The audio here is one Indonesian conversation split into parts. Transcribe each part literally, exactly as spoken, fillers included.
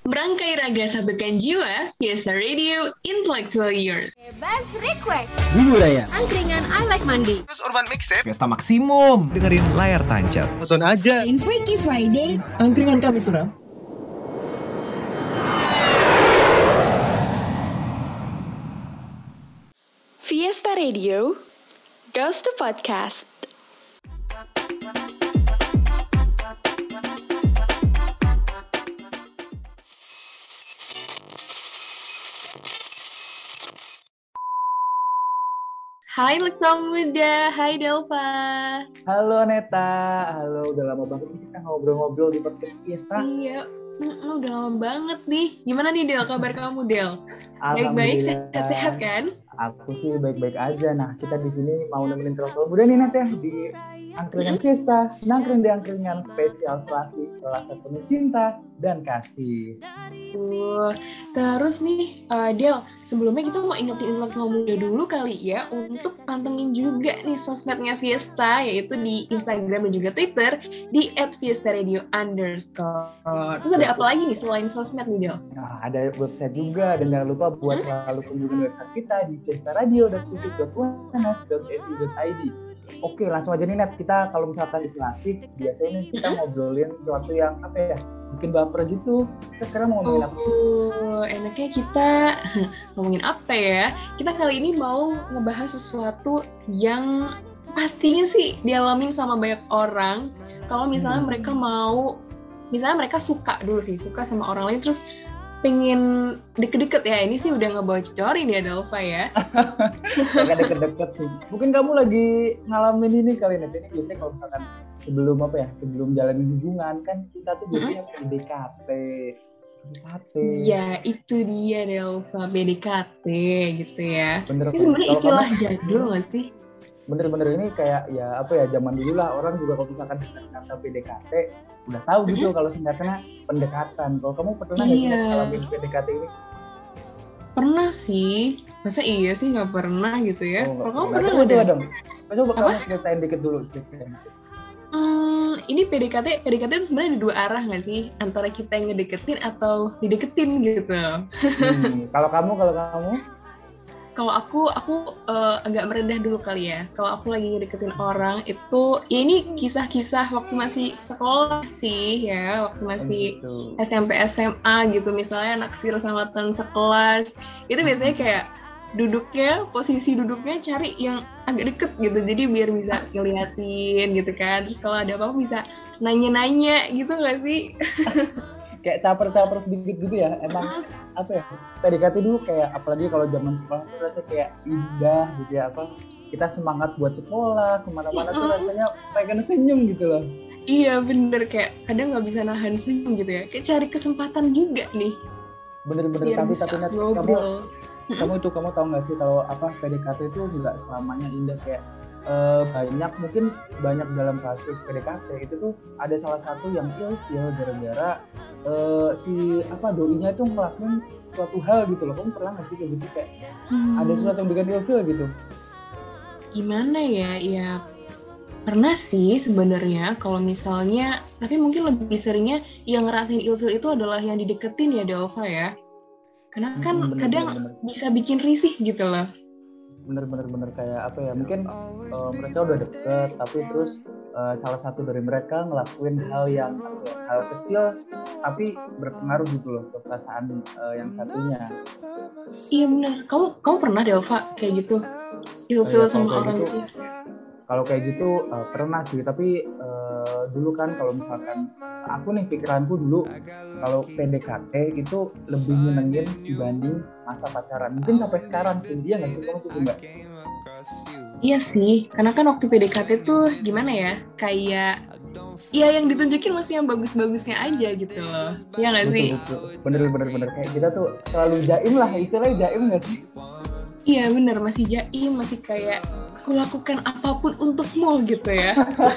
Merangkai raga satukan jiwa, Fiesta Radio Intellectual Years. Bebas request. Bumbu Raya. Angkringan I Like Mandi. Terus Urban Mixtape. Fiesta Maksimum. Dengerin layar tancap. Nonton aja. In Freaky Friday. Angkringan kami suram. Fiesta Radio goes to podcast. Hai Lektor Muda, hai Delva. Halo Neta, halo, udah lama banget nih kita ngobrol-ngobrol di podcast Fiesta. Iya, mm-mm, udah lama banget nih. Gimana nih Del, kabar kamu Del? Baik-baik, Alhamdulillah. sehat-sehat kan? Aku sih baik-baik aja. Nah, kita di sini mau nemenin Lektor Muda nih Net ya di Angkringan Fiesta, nangkring di angkringan spesial Selasi, Selasa penuh cinta dan kasih. Uh, terus nih, uh, Del, sebelumnya kita mau ingetin Lektor Muda dulu kali ya untuk pantengin juga nih sosmednya Fiesta, yaitu di Instagram dan juga Twitter di at fiesta radio underscore. Terus ada apa lagi nih selain sosmed nih Del? Nah, ada website juga dan jangan lupa buat selalu kunjungi website kita di fiesta radio dot musik dot u n s dot e c u dot i d. Oke, langsung aja nih Net, kita kalau misalkan di Selasik biasanya nih kita ngobrolin sesuatu yang apa ya, bikin baper gitu. Kita sekarang mau ngomongin apa? Oh, enaknya kita ngomongin apa ya? Kita kali ini mau ngebahas sesuatu yang pastinya sih dialamin sama banyak orang. Kalau misalnya Hmm. mereka mau, misalnya mereka suka dulu sih, suka sama orang lain terus pengen deket-deket ya. Ini sih udah ngebocorin ya Delva ya. Gak deket-deket sih. Mungkin kamu lagi ngalamin ini kali Net. Ini biasanya kalau misalkan sebelum apa ya, sebelum jalanin hubungan kan kita tuh biasanya P D K T. P D K T. Iya, itu dia Delva, P D K T gitu ya. Bener. Ini sebenarnya Kalau istilah kamu- jadul nggak sih? Bener-bener ini kayak ya apa ya, zaman dulu lah orang juga kalau misalkan kata P D K T udah tahu gitu Mm-hmm. kalau singkatnya pendekatan. Kalau kamu pernah nggak sih Iya. ngalamin P D K T ini? Pernah sih. Masa iya sih nggak pernah gitu ya? Oh, Kalau nggak kamu pernah. pernah Coba nggak coba Del? dong. Coba Apa? kamu ceritain dikit dulu. Ceritain. Hmm, ini P D K T, P D K T itu sebenarnya ada dua arah nggak sih? Antara kita yang ngedeketin atau dideketin gitu. Hmm, kalau kamu, kalau kamu? Kalau aku, aku uh, agak merendah dulu kali ya. Kalau aku lagi ngedeketin orang itu, ya ini kisah-kisah waktu masih sekolah sih ya, waktu masih Gitu. S M P S M A gitu, misalnya naksir sama teman sekelas. Itu biasanya kayak duduknya, posisi duduknya cari yang agak deket gitu, jadi biar bisa ngeliatin gitu kan. Terus kalau ada apa-apa bisa nanya-nanya gitu nggak sih? Kayak caper-caper sedikit gitu ya. Emang apa ya? P D K T dulu kayak apalagi kalau zaman sekolah tuh rasanya kayak indah gitu ya, apa? Kita semangat buat sekolah, kemana-mana tuh rasanya pengen senyum gitu loh. Iya bener, kayak kadang nggak bisa nahan senyum gitu ya. Kayak cari kesempatan juga nih. Bener-bener Biar tapi bisa tapi Nat, kamu ngobrol. kamu itu kamu tahu nggak sih kalau apa P D K T itu juga selamanya indah, kayak eh, banyak mungkin banyak dalam kasus P D K T itu tuh ada salah satu yang ilfil gara-gara eh, si apa doinya itu ngelakuin suatu hal gitu loh. Kamu pernah nggak sih kayak gitu, kayak Hmm, ada sesuatu yang bikin ilfil gitu? gimana ya? Ya pernah sih sebenarnya kalau misalnya, tapi mungkin lebih seringnya yang ngerasain ilfil itu adalah yang dideketin ya Delva ya. Karena kan Hmm, bener, kadang bener, bener. bisa bikin risih gitu loh. Bener-bener bener kayak apa ya, mungkin eh, mereka udah deket tapi terus eh, salah satu dari mereka ngelakuin hal yang apa ya, hal kecil tapi berpengaruh gitu loh ke perasaan eh, yang satunya. Iya bener. Kamu kamu pernah Delva kayak gitu? Ilfil Iya, kalau sama kayak orang gitu, gitu? kalau kayak gitu eh, pernah sih, tapi eh, dulu kan kalau misalkan aku nih pikiranku dulu kalau P D K T itu lebih nyenengin dibanding masa pacaran. Mungkin sampai sekarang sih, dia nggak sih, kamu setuju nggak? Iya sih, karena kan waktu P D K T tuh gimana ya, kayak ya yang ditunjukin masih yang bagus-bagusnya aja gitu loh. Iya nggak sih? Betul, betul. Bener-bener bener kayak kita tuh selalu jaim lah, istilahnya jaim nggak sih? Iya bener, masih jaim, masih kayak aku lakukan apapun untukmu gitu ya.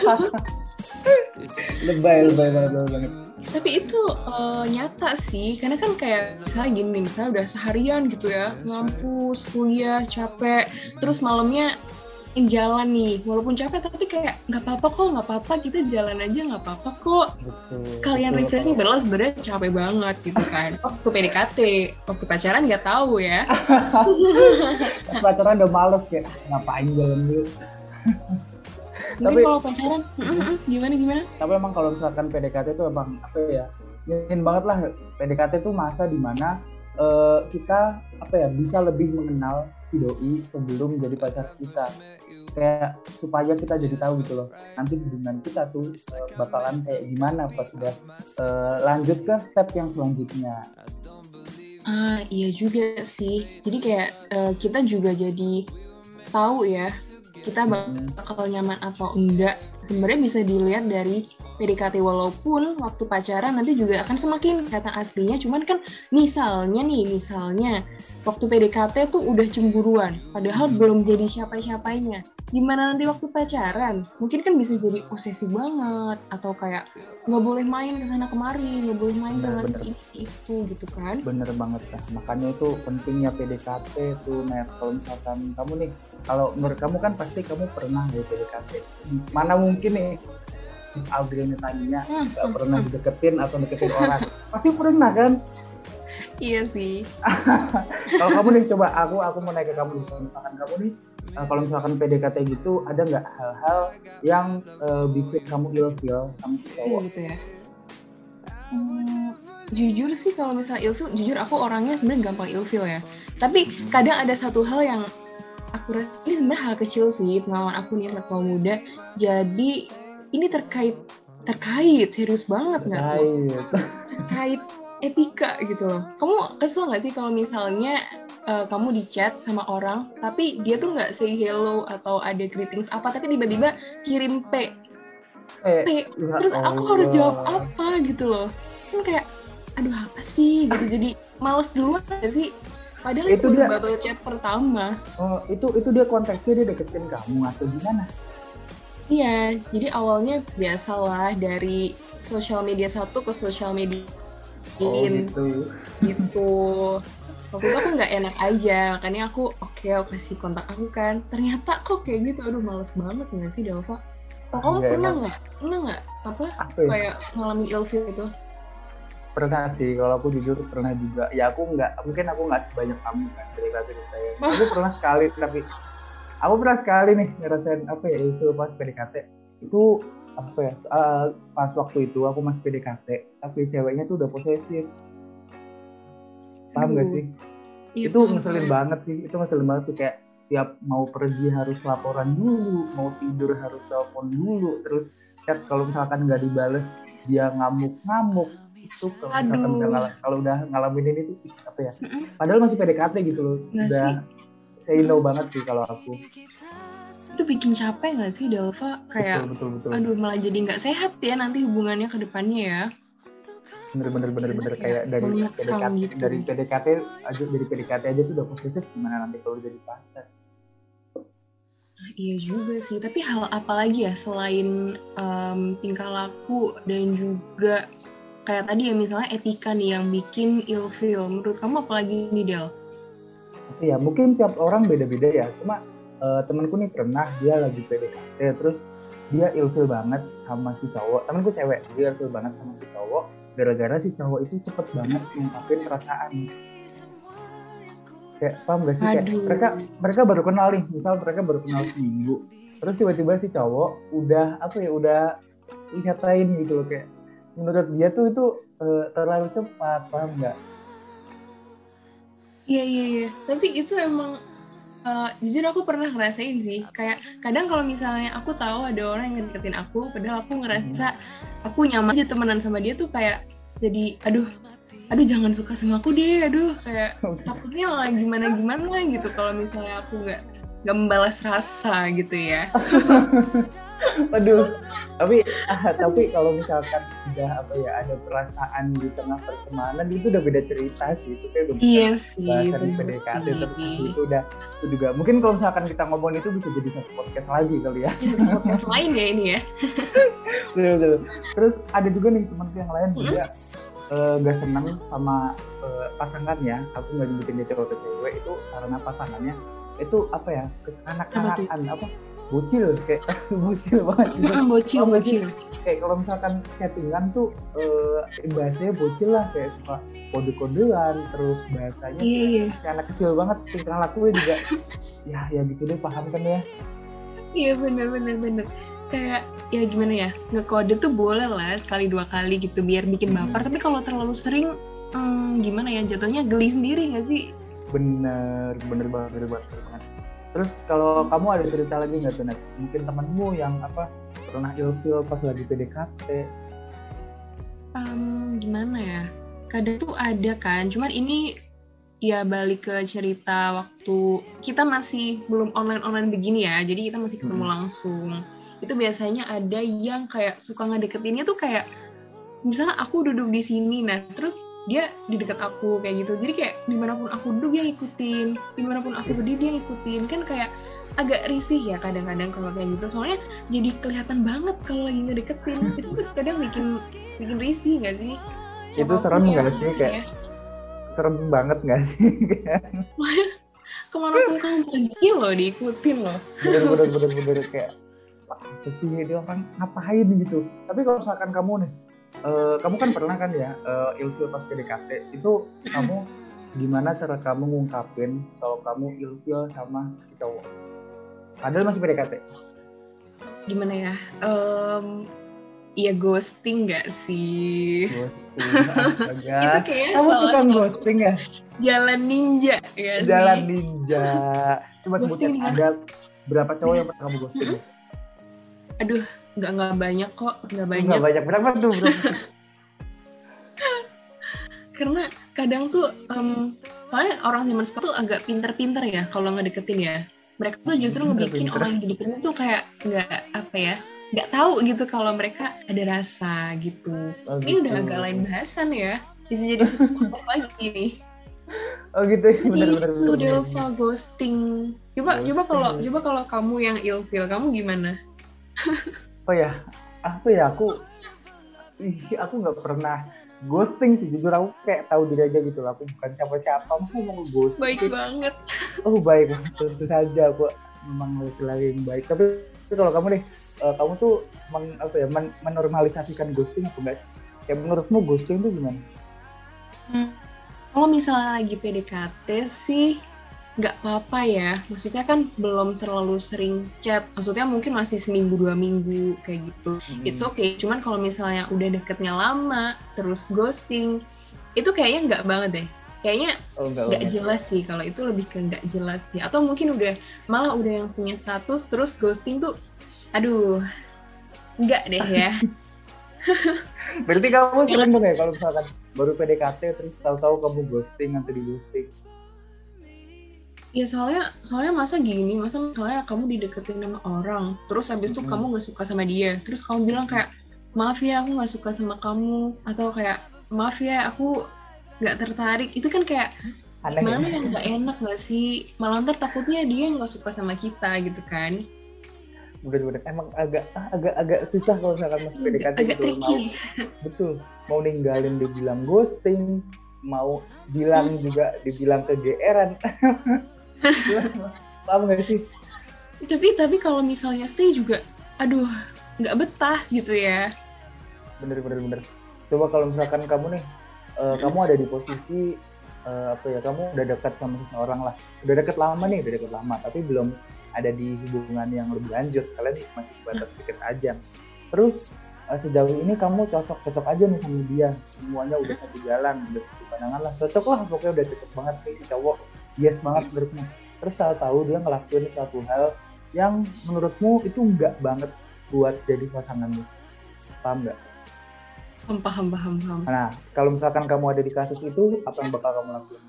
Lebay, lebay banget, lebay banget. Tapi itu uh, nyata sih, karena kan kayak misalnya gini, misalnya udah seharian gitu ya, ngampus, kuliah, capek, terus malamnya jalan nih, walaupun capek tapi kayak nggak apa-apa kok, nggak apa-apa kita jalan aja nggak apa-apa kok. Betul. Sekalian betul, refreshing, kalau- padahal sebenarnya capek banget gitu kan. Waktu P D K T, waktu pacaran nggak tahu ya. Pas pacaran udah males kayak ngapain jalan dulu. Mungkin Tapi- kalau pacaran, mm-mm, gimana gimana? Tapi emang kalau misalkan P D K T itu emang apa ya, ingin banget lah. P D K T itu masa dimana uh, kita apa ya bisa lebih mengenal si doi sebelum jadi pacar kita, kayak supaya kita jadi tahu gitu loh nanti hubungan kita tuh uh, bakalan kayak gimana pas udah uh, lanjut ke step yang selanjutnya. Ah iya juga sih, jadi kayak uh, kita juga jadi tahu ya kita bakal nyaman atau enggak. Sebenarnya bisa dilihat dari P D K T, walaupun waktu pacaran nanti juga akan semakin kata aslinya. Cuman kan misalnya nih, misalnya waktu P D K T tuh udah cemburuan, padahal belum jadi siapa-siapanya. Gimana nanti waktu pacaran? Mungkin kan bisa jadi posesif banget, atau kayak nggak boleh main kesana kemari, nggak boleh main sama si ini itu gitu kan? Bener banget lah, makanya itu pentingnya P D K T tuh. Nah kalau misalkan kamu nih, kalau menurut kamu kan pasti kamu pernah ya P D K T. Mana mungkin nih Adriana tanya nggak hmm, pernah hmm. deketin atau deketin orang, pasti pernah kan? Iya sih. Kalau kamu nih, coba aku aku mau nanya ke kamu, misalkan kamu nih uh, kalau misalkan P D K T gitu, ada nggak hal-hal yang uh, bikin kamu ilfeel sama si cowok? Gitu ya. Hmm, jujur sih kalau misalnya ilfeel, jujur aku orangnya sebenarnya gampang ilfeel ya. Tapi kadang ada satu hal yang aku rasa ini sebenarnya hal kecil sih, pengalaman aku nih saat kaum muda. Jadi ini terkait terkait serius banget nggak tuh? Terkait etika gitu loh. Kamu kesel nggak sih kalau misalnya uh, kamu di chat sama orang tapi dia tuh nggak say hello atau ada greetings apa, tapi tiba-tiba kirim P eh, P terus aku Allah. Harus jawab apa gitu loh. Kan kayak aduh apa sih gitu, jadi males duluan nggak sih? Padahal itu, itu dia, baru chat pertama. Oh, itu itu dia konteksnya dia deketin kamu atau gimana? Iya, jadi awalnya biasalah dari sosial media satu ke sosial media lain. Oh, gitu. Gitu. Waktu itu aku nggak enak aja, makanya aku oke okay, aku kasih kontak aku kan. Ternyata kok kayak gitu, aduh males banget nggak sih Delva? Oh, kamu Enggak, pernah nggak? Pernah nggak apa, apa ya? Kayak ngalamin ilfeel itu? Pernah sih, kalau aku jujur pernah juga. Ya aku nggak, mungkin aku nggak sebanyak kamu kan dari kasih saya. Aku pernah sekali, tapi aku pernah sekali nih ngerasain apa ya itu pas P D K T. Itu apa ya, uh, pas waktu itu aku masih P D K T, tapi ceweknya tuh udah posesif. Paham nggak sih? Iya, itu ngeselin banget sih, itu ngeselin banget sih, kayak tiap mau pergi harus laporan dulu, mau tidur harus telepon dulu, terus chat kalau misalkan nggak dibales dia ngamuk-ngamuk. Itu kalau misalkan udah ngal- kalau udah ngalamin ini tuh apa ya? Padahal masih P D K T gitu loh, nggak udah sih? say no banget sih kalau aku. Itu bikin capek nggak sih Delva? Kayak betul, betul, betul. aduh malah jadi nggak sehat ya nanti hubungannya ke depannya ya. Bener-bener bener-bener kayak ya, dari P D K T gitu. dari P D K T aja dari P D K T aja tuh udah posesif, gimana nanti kalau jadi pacar? Nah, iya juga sih, tapi hal apa lagi ya selain um, tingkah laku dan juga kayak tadi ya misalnya etika nih yang bikin ilfeel. Menurut kamu apa lagi nih Del? Iya mungkin tiap orang beda-beda ya. Cuma uh, temanku nih pernah dia lagi P D K T terus dia ilfeel banget sama si cowok. Temanku cewek, dia ilfeel banget sama si cowok gara-gara si cowok itu cepet banget ngungkapin perasaan. Kayak paham gak sih? Kayak mereka mereka baru kenal nih, misal mereka baru kenal seminggu, terus tiba-tiba si cowok udah apa ya udah nyatain gitu loh, kayak menurut dia tuh itu uh, terlalu cepat, paham nggak? Iya iya iya. Tapi itu emang uh, jujur aku pernah ngerasain sih. Kayak kadang kalau misalnya aku tahu ada orang yang deketin aku, padahal aku ngerasa aku nyaman aja temenan sama dia tuh kayak jadi aduh aduh jangan suka sama aku deh, aduh kayak takutnya malah gimana gimana gitu kalau misalnya aku nggak nggak membalas rasa gitu ya. Aduh, tapi ah, tapi kalau misalkan udah apa ya ada perasaan di tengah pertemanan itu udah beda cerita sih, itu kayak udah iya sih, bahasa di P D K T terus itu udah itu juga mungkin kalau misalkan kita ngomong itu bisa jadi satu podcast lagi kali ya. Satu podcast lain ya ini ya. Betul-betul. Terus ada juga nih teman yang lain mm-hmm. juga nggak uh, senang sama uh, pasangannya, aku nggak nyebutin dia cowok atau cewek, itu karena pasangannya itu apa ya kekanak-kanakan apa bocil kayak bocil banget gitu. Mm, bocil Oh, bocil. Kayak kalau misalkan chattingan tuh eh, bahasanya bocil lah, kayak suka kode-kodean, terus bahasanya Iya iya. si anak kecil banget, tingkah lakunya juga ya ya gitu deh, paham kan ya. Iya bener bener bener. Kayak ya gimana ya, ngekode tuh boleh lah sekali dua kali gitu biar bikin Hmm. baper. Tapi kalau terlalu sering, hmm, gimana ya, jatuhnya geli sendiri nggak sih? Bener bener banget bener banget, bener banget. Terus kalau kamu ada cerita lagi nggak tuh Nat? Mungkin temanmu yang apa pernah ilfil pas lagi P D K T? Um, gimana ya? Kadang tuh ada kan, cuman ini ya balik ke cerita waktu kita masih belum online-online begini ya, jadi kita masih ketemu Mm-mm. langsung. Itu biasanya ada yang kayak suka ngedeketinnya tuh kayak, misalnya aku duduk di sini, nah terus dia di dekat aku kayak gitu. Jadi kayak dimanapun aku duduk dia ngikutin, dimanapun aku berdiri dia ngikutin. Kan kayak agak risih ya kadang-kadang kalau kayak gitu. Soalnya jadi kelihatan banget kalau lagi ngedeketin. Itu tuh kadang bikin bikin risih nggak sih? Itu Siapapun serem ya nggak sih, maksudnya. kayak serem banget nggak sih? Kemanapun kamu pergi loh diikutin loh. Bener-bener bener-bener kayak apa sih dia orang ngapain gitu. Tapi kalau misalkan kamu nih, eh, kamu kan pernah kan ya eh, ilfil pas P D K T itu, kamu gimana cara kamu ngungkapin kalau kamu ilfil sama si cowok? Padahal masih P D K T. Gimana ya? Um, ya ghosting nggak sih? Ghosting, Itu astaga. kayaknya Kamu salah tukang satu ghosting ya? jalan ninja ya sih? Jalan ninja. Coba Ghosting sebutin gimana? ada berapa cowok yang pernah kamu ghosting? Aduh, nggak nggak banyak kok, nggak banyak. Nggak banyak, berapa tuh? Berapa? Karena kadang tuh, um, soalnya orang zaman sekarang tuh agak pinter-pinter ya kalau ngedeketin ya. Mereka tuh justru ngebikin Pinter-pinter. orang yang dideketin tuh kayak nggak apa ya, nggak tahu gitu kalau mereka ada rasa gitu. Oh, Ini gitu. udah agak lain bahasan ya. Bisa jadi satu podcast lagi nih. Oh gitu ya, bener-bener. Itu Delva ghosting. Coba Ghosting. coba kalau coba kalau kamu yang ilfil, kamu gimana? Oh ya, apa ya aku, ih, aku nggak pernah ghosting sih, jujur aku kayak tahu diri aja gitu lah, aku bukan siapa-siapa, aku mau ghosting. Baik banget. Oh baik, tentu saja aku memang laki-laki yang baik. Tapi kalau kamu nih, uh, kamu tuh meng, apa ya, men- menormalisasikan ghosting apa enggak sih? Kayak menurutmu ghosting itu gimana? Hmm. Kalau misalnya lagi P D K T sih nggak apa-apa ya. Maksudnya kan belum terlalu sering chat. Maksudnya mungkin masih seminggu dua minggu kayak gitu. Hmm. It's okay. Cuman kalau misalnya udah deketnya lama, terus ghosting, itu kayaknya nggak banget deh. Kayaknya Oh enggak, nggak enggak. jelas sih. Kalau itu lebih ke nggak jelas sih. Atau mungkin udah malah udah yang punya status terus ghosting tuh, aduh, nggak deh ya. Berarti kamu sering dong ya kalau misalkan baru P D K T terus tahu-tahu kamu ghosting atau di ghosting? Ya soalnya soalnya masa gini, masa misalnya kamu dideketin sama orang, terus habis itu Mm-hmm. kamu nggak suka sama dia, terus kamu bilang kayak maaf ya aku nggak suka sama kamu, atau kayak maaf ya aku nggak tertarik, itu kan kayak Aneh gimana ya? yang nggak enak nggak sih? Malah ntar takutnya dia nggak suka sama kita gitu kan? Bener-bener emang agak agak agak susah kalau misalkan masih P D K T Agak gitu. tricky. Mau, betul, mau ninggalin dibilang ghosting, mau bilang juga dibilang kegeeran. Paham nggak sih? Tapi tapi kalau misalnya stay juga, aduh nggak betah gitu ya. Bener-bener bener. Coba kalau misalkan kamu nih, uh, kamu ada di posisi uh, apa ya? Kamu udah dekat sama seseorang lah, udah dekat lama nih, udah dekat lama, tapi belum ada di hubungan yang lebih lanjut. Kalian masih sebatas deket aja. Terus uh, sejauh ini kamu cocok-cocok aja nih sama dia, semuanya udah satu jalan, udah satu pandangan lah, cocok lah, pokoknya udah cocok banget nih si cowok, yes banget menurutmu. Terus tahu-tahu dia ngelakuin satu hal yang menurutmu itu enggak banget buat jadi pasanganmu, paham nggak? Paham paham paham paham. Nah, kalau misalkan kamu ada di kasus itu, apa yang bakal kamu lakuin?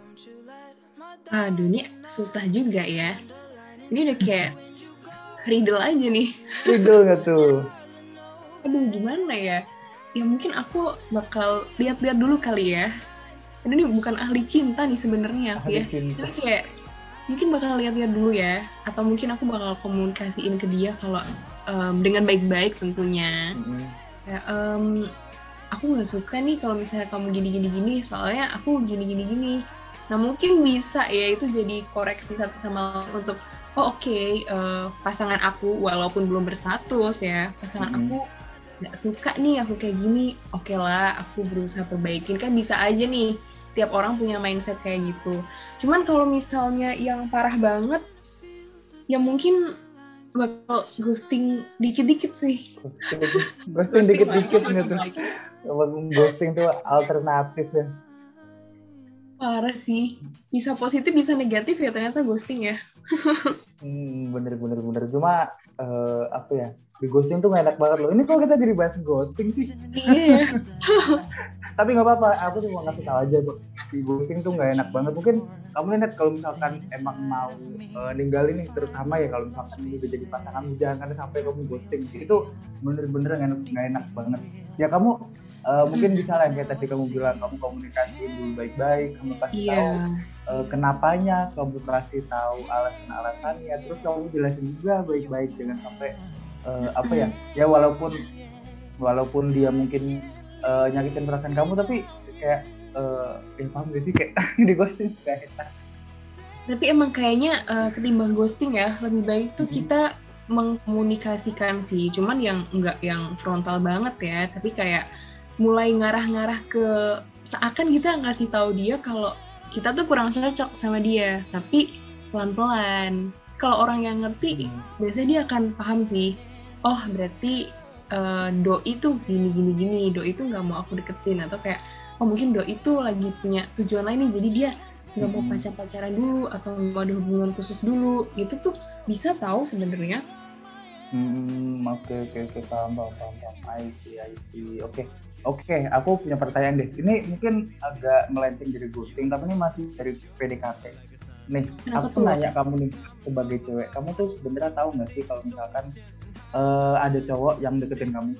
Aduh ini susah juga ya. Ini udah kayak riddle aja nih. Riddle nggak tuh? Aduh gimana ya? Ya mungkin aku bakal lihat-lihat dulu kali ya. Ini bukan ahli cinta nih sebenarnya aku Ahli ya. cinta. Tapi kayak mungkin bakal lihat-lihat dulu ya. Atau mungkin aku bakal komunikasiin ke dia kalau um, dengan baik-baik tentunya. Mm-hmm. Ya, um, aku nggak suka nih kalau misalnya kamu gini-gini gini. Soalnya aku gini-gini gini. Nah mungkin bisa ya itu jadi koreksi satu sama lain untuk oh oke, okay, uh, pasangan aku walaupun belum berstatus ya, pasangan Mm-hmm. aku nggak suka nih aku kayak gini, oke okay lah, aku berusaha perbaikin, kan bisa aja nih, tiap orang punya mindset kayak gitu. Cuman kalau misalnya yang parah banget, ya mungkin bakal ghosting dikit-dikit sih. Ghosting, ghosting dikit-dikit gitu. Ghosting tuh alternatif ya. Parah sih, bisa positif bisa negatif ya ternyata ghosting ya. Hmm, bener bener bener cuma uh, apa ya, di ghosting tuh gak enak banget loh. Ini kalau kita jadi bahas ghosting sih. Iya. Tapi nggak apa-apa, aku cuma ngasih tahu aja kok. Di ghosting tuh nggak enak banget. Mungkin kamu lihat kalau misalkan emang mau uh, ninggalin nih, terutama ya kalau misalkan ini udah jadi pasangan, jangan sampai kamu ghosting. Itu bener-bener nggak enak, nggak enak banget. Ya kamu uh, mungkin bisa lah kayak tadi kamu bilang, kamu komunikasiin dulu baik-baik, kamu kasih Iya. tahu uh, kenapanya, kamu kasih tahu alasan-alasannya, terus kamu jelasin juga baik-baik, jangan sampai uh, apa ya, ya walaupun walaupun dia mungkin uh, nyakitin perasaan kamu, tapi kayak uh, ya paham gak sih, kayak di ghosting kayak enak. Tapi emang kayaknya uh, ketimbang ghosting ya, lebih baik tuh mm-hmm. kita mengkomunikasikan sih, cuman yang enggak yang frontal banget ya, tapi kayak mulai ngarah-ngarah ke seakan kita ngasih tahu dia kalau kita tuh kurang cocok sama dia, tapi pelan-pelan. Kalau orang yang ngerti, hmm. biasanya dia akan paham sih. Oh berarti uh, doi tuh gini-gini gini, doi tuh nggak mau aku deketin, atau kayak oh mungkin doi tuh lagi punya tujuan lain nih, jadi dia nggak mau hmm. pacar-pacaran dulu atau mau ada hubungan khusus dulu. Gitu tuh bisa tahu sebenarnya. Hmm, oke oke oke paham paham paham paham. I see I see. Oke. Oke, okay, aku punya pertanyaan deh. Ini mungkin agak melenceng dari ghosting, tapi ini masih dari P D K T. Nih, Kenapa aku tuh? nanya kamu nih sebagai cewek, kamu tuh sebenarnya tahu nggak sih kalau misalkan uh, ada cowok yang deketin kamu?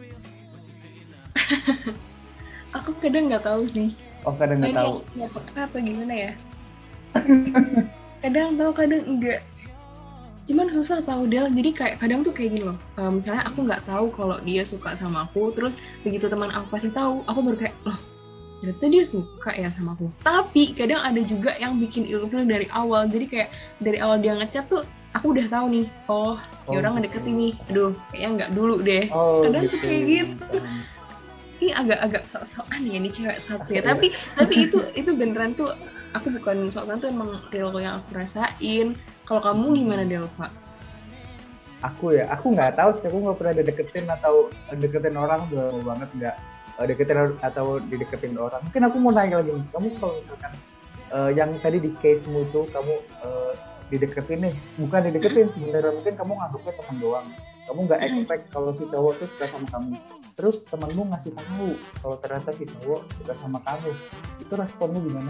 Aku kadang nggak tahu sih. Oh, kadang nggak tahu. Nggak peka apa gimana ya? Kadang tahu, kadang enggak. Cuman susah tahu Del, jadi kayak kadang tuh kayak gini loh, uh, misalnya aku nggak tahu kalau dia suka sama aku, terus begitu teman aku kasih tahu, aku baru kayak loh ternyata dia suka ya sama aku. Tapi kadang ada juga yang bikin ilfil dari awal, jadi kayak dari awal dia ngechat tuh aku udah tahu nih, oh dia orang ngedeketin nih, aduh kayaknya nggak dulu deh. Oh, kadang gitu. tuh kayak gitu. Ini agak-agak sok-sokan ya nih cewek satu ya, tapi tapi itu itu beneran tuh aku bukan sok-sokan, tuh emang real yang aku rasain. Kalau kamu gimana Delva? Aku ya, aku nggak tahu sih, aku nggak pernah deketin atau deketin orang, udah banget nggak deketin atau dideketin orang. Mungkin aku mau nanya lagi, kamu kalau misalkan uh, yang tadi di case-mu tuh kamu uh, dideketin nih, bukan dideketin sebenarnya, mungkin kamu nganggapnya teman doang. Kamu nggak expect kalau si cowok tuh suka sama kamu. Terus temanmu ngasih tahu kalau ternyata si cowok suka sama kamu. Itu responmu gimana?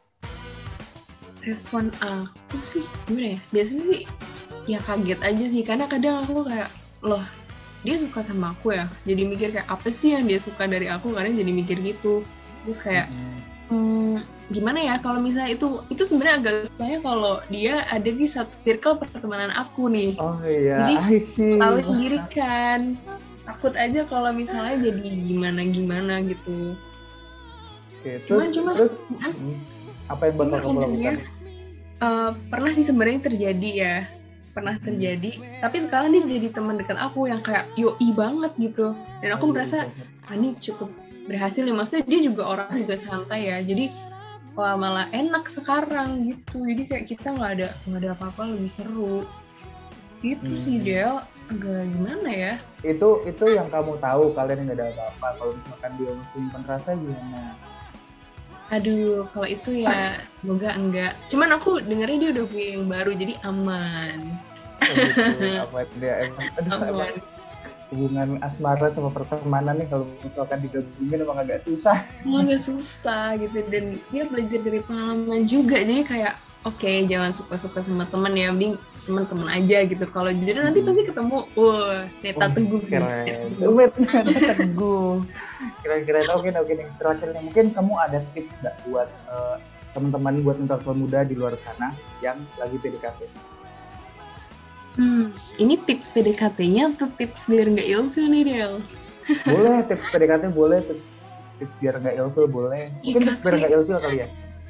Respon aku sih gimana ya, biasanya sih ya kaget aja sih, karena kadang aku kayak loh dia suka sama aku ya, jadi mikir kayak apa sih yang dia suka dari aku, kadang jadi mikir gitu. Terus kayak mm-hmm. hmm, gimana ya kalau misalnya itu itu sebenarnya agak susahnya kalau dia ada di satu circle pertemanan aku nih. Oh iya, jadi tahu sendiri kan, takut aja kalau misalnya jadi gimana gimana gitu. Oke, cuman terus, cuma terus hmm, apa yang bakal kamu lakukan? Uh, pernah sih sebenarnya terjadi ya, pernah terjadi. Tapi sekarang dia jadi teman dekat aku yang kayak yoi banget gitu. Dan aku merasa ah, ini cukup berhasil nih. Maksudnya dia juga orang juga santai ya. Jadi wah, malah enak sekarang gitu. Jadi kayak kita nggak ada nggak ada apa-apa, lebih seru. Gitu hmm. sih Del, agak gimana ya? Itu itu yang kamu tahu, kalian nggak ada apa-apa. Kalau misalkan dia menyimpan rasa gimana? Aduh, kalau itu ya semoga enggak. Cuman aku dengarnya dia udah punya yang baru, jadi aman. Oh gitu, apa dia emang, aduh, aman. Emang hubungan asmara sama pertemanan nih kalau misalkan digabungin emang agak susah. Emang agak susah gitu, dan dia belajar dari pengalaman juga. Jadi kayak oke, okay, jangan suka-suka sama teman ya, mending teman-teman aja gitu. Kalau jujur nanti pasti ketemu, wah, Neta oh, Teguh. Keren, Neta Teguh. Kira-kira oke oke nih. Terakhir nih, mungkin kamu ada tips nggak buat uh, teman-teman, buat intelektual muda di luar sana yang lagi P D K T? Hmm, ini tips P D K T-nya atau tips biar nggak ilfil nih Del? Boleh, tips P D K T boleh, tips biar nggak ilfil boleh. Mungkin tips biar nggak ilfil kali ya?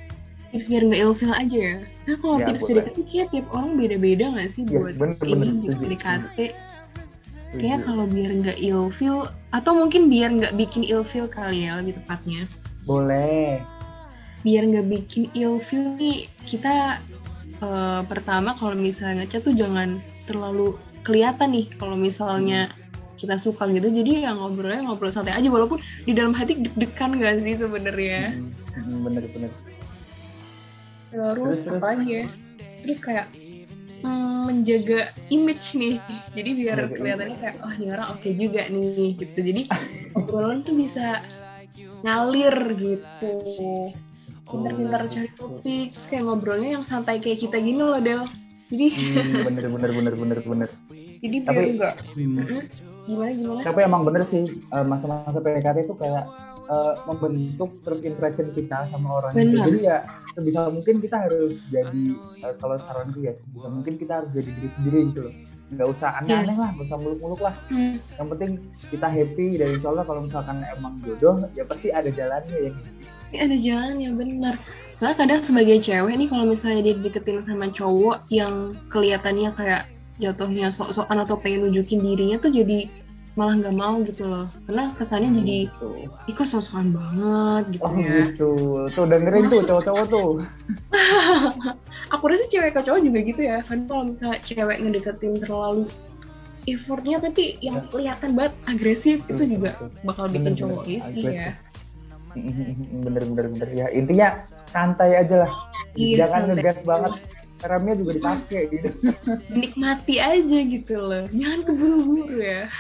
tips biar nggak ilfil aja ya. Soalnya kalau Ya, tips boleh. P D K T kayak tiap orang beda-beda nggak sih Ya, buat bener-bener ini setuju. gitu P D K T. Setuju. Kayak kalau biar nggak ilfil atau mungkin biar nggak bikin ilfil kali ya lebih tepatnya. Boleh. Biar nggak bikin ilfil nih kita eh, pertama kalau misalnya ngechat tuh jangan terlalu kelihatan nih kalau misalnya kita suka gitu, jadi ya ngobrolnya ngobrol santai aja walaupun di dalam hati deg-degan gak sih sebenarnya. Hmm, hmm, bener-bener. Terus Terus, terus. apa lagi ya? Terus kayak mm, menjaga image nih, jadi biar Menjaga kelihatannya kayak oh ini orang oke juga nih gitu. Jadi obrolan tuh bisa ngalir gitu. Pintar-pintar cari topik, terus kayak ngobrolnya yang santai kayak kita gini loh Del. Jadi Hmm, bener bener bener bener bener. jadi biar Tapi enggak hmm, Mm-mm. gimana gimana? tapi emang bener sih eh, masa-masa P D K T itu kayak eh, membentuk first impression kita sama orang itu. Benar. Jadi ya sebisa mungkin kita harus jadi eh, kalau saranku ya sebisa mungkin kita harus jadi diri sendiri gitu loh. Nggak usah aneh-aneh lah, nggak usah muluk-muluk lah. Hmm. Yang penting kita happy dan insya Allah kalau misalkan emang jodoh ya pasti ada jalannya ya. Ini ada jalan yang benar. Soalnya kadang sebagai cewek nih kalau misalnya dia deketin sama cowok yang kelihatannya kayak jatuhnya sok-sokan atau pengen nunjukin dirinya tuh jadi malah nggak mau gitu loh. Karena kesannya jadi Gitu. ih kok sok-sokan banget gitu Oh ya. gitu. Tuh dengerin tuh cowok-cowok tuh. Aku rasa cewek ke cowok juga gitu ya. Kan kalau misalnya cewek ngedeketin terlalu effortnya tapi yang kelihatan banget agresif itu juga bakal bikin Bener-bener cowok risih ya. bener bener bener ya intinya santai aja lah. Iya, Jangan santai. ngegas banget. Remnya juga dipakai gitu. Nikmati aja gitu loh. Jangan keburu-buru ya.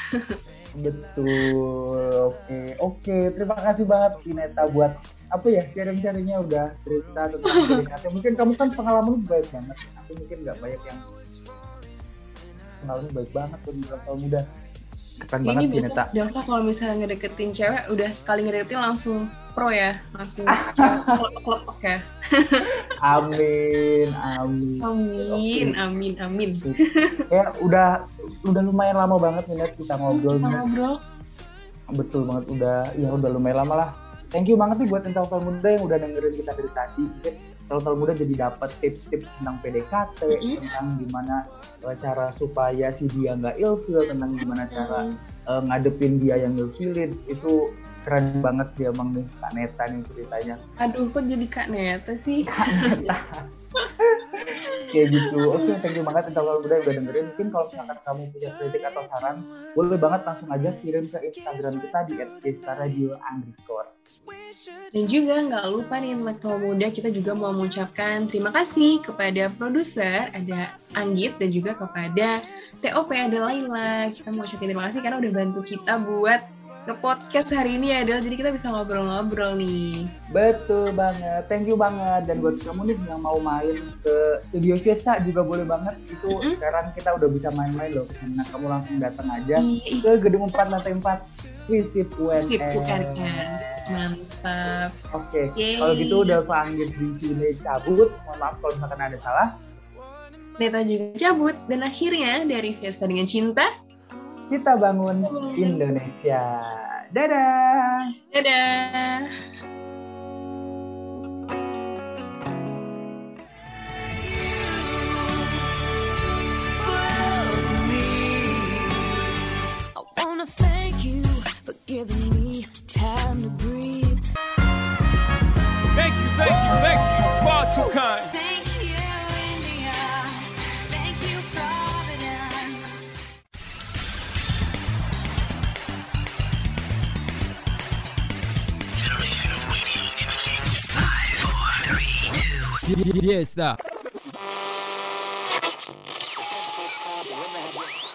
Betul. Oke oke. Terima kasih banget Vineta buat apa ya sharing-sharingnya udah cerita tentang P D K T. Mungkin kamu kan pengalaman baik banget. Aku mungkin nggak banyak yang pengalaman baik banget tuh di tahun muda. Keren banget Ini Vineta. besok Delta kalau misalnya ngedeketin cewek udah sekali ngedeketin langsung pro ya, langsung cewek klop-klop ya. Amin amin. Amin, amin, amin. Ya udah udah lumayan lama banget Vineta kita ngobrol. Kita ngobrol. Betul banget udah ya udah lumayan lama lah. Thank you banget nih buat intelektual muda yang udah dengerin kita dari tadi. Intelektual muda jadi dapat tips-tips tentang P D K T, Mm-hmm. tentang gimana uh, cara supaya si dia nggak ilfil, tentang gimana cara uh, ngadepin dia yang ilfilin. Itu keren banget sih emang nih Kak Neta nih ceritanya. Aduh, kok jadi Kak Neta sih? Kayak gitu. Oke, thank you banget intelektual muda yang udah dengerin. Mungkin kalau misalkan kamu punya kritik atau saran, boleh banget langsung aja kirim ke Instagram kita di et fiesta radio underscore. Dan juga nggak lupa nih intelektual muda, kita juga mau mengucapkan terima kasih kepada produser, ada Anggit, dan juga kepada T O P, ada Laila. Kita mau ucapin terima kasih karena udah bantu kita buat nge-podcast hari ini ya, Del. Jadi kita bisa ngobrol-ngobrol nih. Betul banget, thank you banget. Dan buat kamu nih yang mau main ke Studio Fiesta juga boleh banget. Itu Mm-mm. sekarang kita udah bisa main-main loh. Karena kamu langsung datang aja Ih, ke gedung empat lantai empat Visip U N S. Sip, U N S. Mantap. Oke, Yeay. kalau gitu udah panggil di sini cabut. Mohon maaf kalau misalkan ada salah. Neta juga cabut. Dan akhirnya dari Fiesta dengan Cinta, Kita bangun Indonesia. Dadah. dadah! I wanna thank you for giving me time to breathe. Thank you, thank you, thank you. Far too kind. Thank you, India. Thank you, Providence. Yes, that.